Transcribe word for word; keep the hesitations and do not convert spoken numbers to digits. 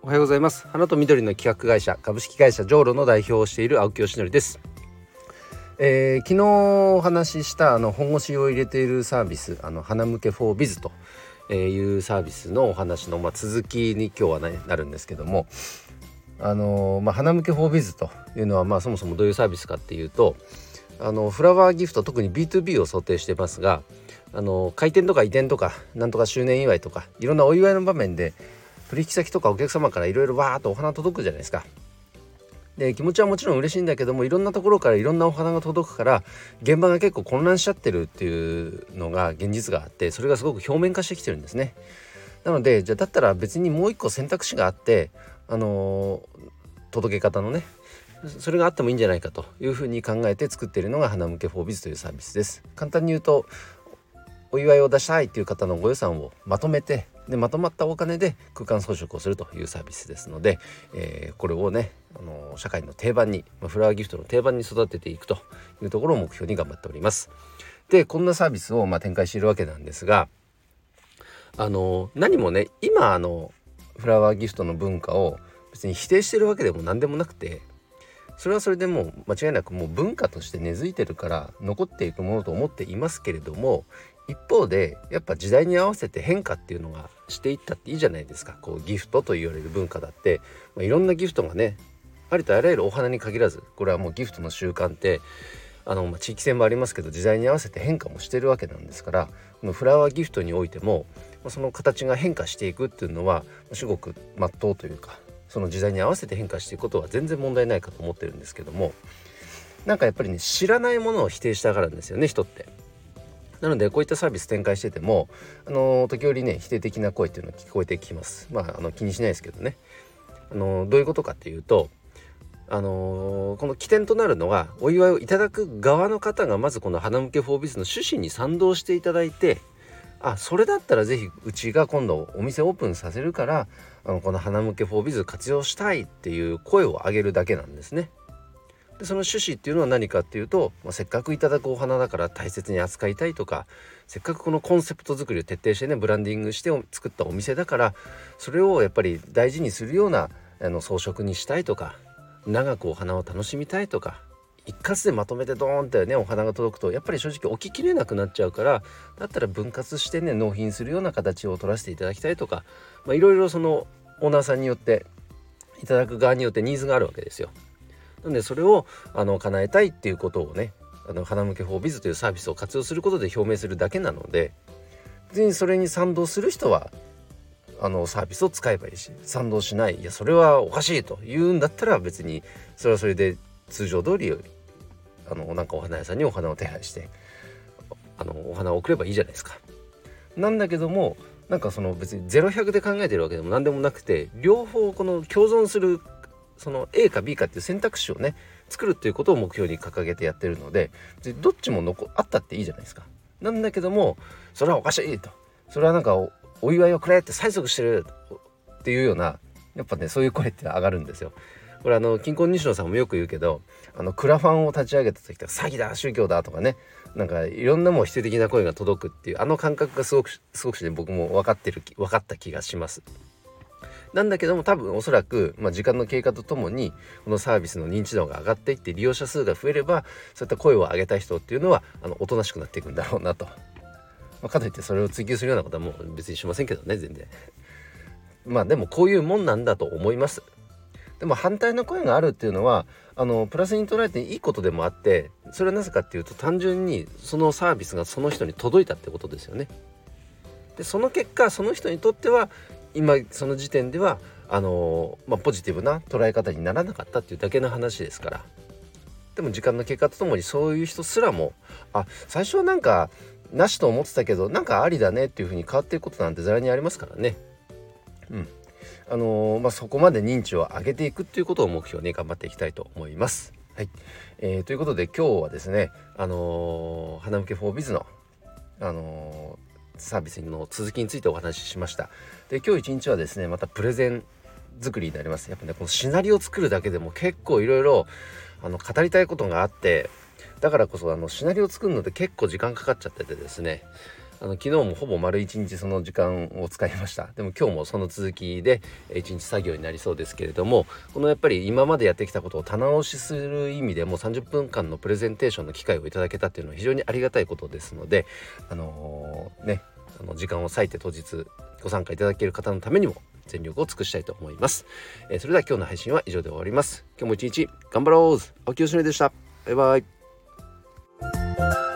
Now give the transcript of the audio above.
おはようございます。花と緑の企画会社株式会社ジョーロの代表をしている青木よしのりです。えー、昨日お話ししたあの本腰を入れているサービス、あの花向け フォービズ というサービスのお話の、まあ、続きに今日は、ね、なるんですけども、あのーまあ、花向け フォービズ というのは、まあ、そもそもどういうサービスかっていうと、あのフラワーギフト、特に ビーツービー を想定してますが、あの開店とか移転とかなんとか周年祝いとかいろんなお祝いの場面で取引先とかお客様からいろいろわーっとお花届くじゃないですか。で気持ちはもちろん嬉しいんだけども、いろんなところからいろんなお花が届くから現場が結構混乱しちゃってるっていうのが現実があって、それがすごく表面化してきてるんですね。なのでじゃあだったら別にもう一個選択肢があって、あのー、届け方のねそれがあってもいいんじゃないかというふうに考えて作っているのが花向け フォービズ というサービスです。簡単に言うと、お祝いを出したいという方のご予算をまとめて、でまとまったお金で空間装飾をするというサービスですので、えー、これをね、あの社会の定番に、まあ、フラワーギフトの定番に育てていくというところを目標に頑張っております。でこんなサービスをまあ展開しているわけなんですが、あの何もね今あのフラワーギフトの文化を別に否定しているわけでも何でもなくて、それはそれでもう間違いなくもう文化として根付いてるから残っていくものと思っていますけれども、一方でやっぱ時代に合わせて変化っていうのがしていったっていいじゃないですか。こうギフトと言われる文化だって、まあ、いろんなギフトがねありとあらゆるお花に限らず、これはもうギフトの習慣ってあの、まあ、地域性もありますけど時代に合わせて変化もしてるわけなんですから、このフラワーギフトにおいても、まあ、その形が変化していくっていうのはすごく真っ当というか、その時代に合わせて変化していくことは全然問題ないかと思ってるんですけども、なんかやっぱりね知らないものを否定したがるんですよね、人って。なのでこういったサービス展開してても、あの時折ね否定的な声っていうのが聞こえてきます。まあ、あの気にしないですけどね。あのどういうことかっていうと、あのこの起点となるのはお祝いをいただく側の方がまずこの花向け フォービズ の趣旨に賛同していただいて、あそれだったらぜひうちが今度お店オープンさせるから、あのこの花向け フォービズ 活用したいっていう声を上げるだけなんですね。でその趣旨っていうのは何かっていうと、まあ、せっかくいただくお花だから大切に扱いたいとか、せっかくこのコンセプト作りを徹底してねブランディングして作ったお店だから、それをやっぱり大事にするようなあの装飾にしたいとか、長くお花を楽しみたいとか、一括でまとめてドーンってねお花が届くとやっぱり正直置ききれなくなっちゃうから、だったら分割してね納品するような形を取らせていただきたいとか、まあ、いろいろそのオーナーさんによっていただく側によってニーズがあるわけですよ。なのでそれをあの叶えたいっていうことをね、あの花向け フォービズ というサービスを活用することで表明するだけなので、別にそれに賛同する人はあのサービスを使えばいいし、賛同しない、いやそれはおかしいというんだったら別にそれはそれで通常通りあのなんかお花屋さんにお花を手配してあのお花を送ればいいじゃないですか。なんだけども、なんかその別にゼロひゃくで考えてるわけでも何でもなくて、両方この共存するその A か B かっていう選択肢をね作るっていうことを目標に掲げてやってるので、どっちも残あったっていいじゃないですか。なんだけどもそれはおかしいと、それはなんか お, お祝いをくれって催促してるっていうような、やっぱねそういう声って上がるんですよ。これあの金婚西野さんもよく言うけど、あのクラファンを立ち上げた時とか詐欺だ宗教だとかね、なんかいろんなもう否定的な声が届くっていうあの感覚がすごくすごくね僕も分かってる分かった気がします。なんだけども多分おそらく、まあ、時間の経過とともにこのサービスの認知度が上がっていって利用者数が増えれば、そういった声を上げた人っていうのはあのおとなしくなっていくんだろうなと、まあ、かといってそれを追求するようなことはもう別にしませんけどね、全然。まあでもこういうもんなんだと思います。でも反対の声があるっていうのはあのプラスに捉えていいことでもあって、それはなぜかっていうと単純にそのサービスがその人に届いたってことですよね。でその結果その人にとっては今その時点ではあのーまあ、ポジティブな捉え方にならなかったっていうだけの話ですから。でも時間の経過とともにそういう人すらも、あ最初はなんかなしと思ってたけどなんかありだねっていう風に変わっていくことなんてざらにありますからね。うんあのーまあ、そこまで認知を上げていくっていうことを目標に頑張っていきたいと思います。はい、えー、ということで今日はですね、あのー、花向け フォービズ の、あのーサービスの続きについてお話ししました。で今日一日はですねまたプレゼン作りになります。やっぱねこのシナリオを作るだけでも結構いろいろあの語りたいことがあって、だからこそあのシナリオを作るので結構時間かかっちゃっててですね、 あの昨日もほぼ丸一日その時間を使いました。でも今日もその続きで一日作業になりそうですけれども、このやっぱり今までやってきたことを棚押しする意味でもさんじゅっぷんかんのプレゼンテーションの機会をいただけたっていうのは非常にありがたいことですので、あのー、ねあの時間を割いて当日ご参加いただける方のためにも全力を尽くしたいと思います。えー、それでは今日の配信は以上で終わります。今日も一日頑張ろう。青木よしのりでした。バイバイ。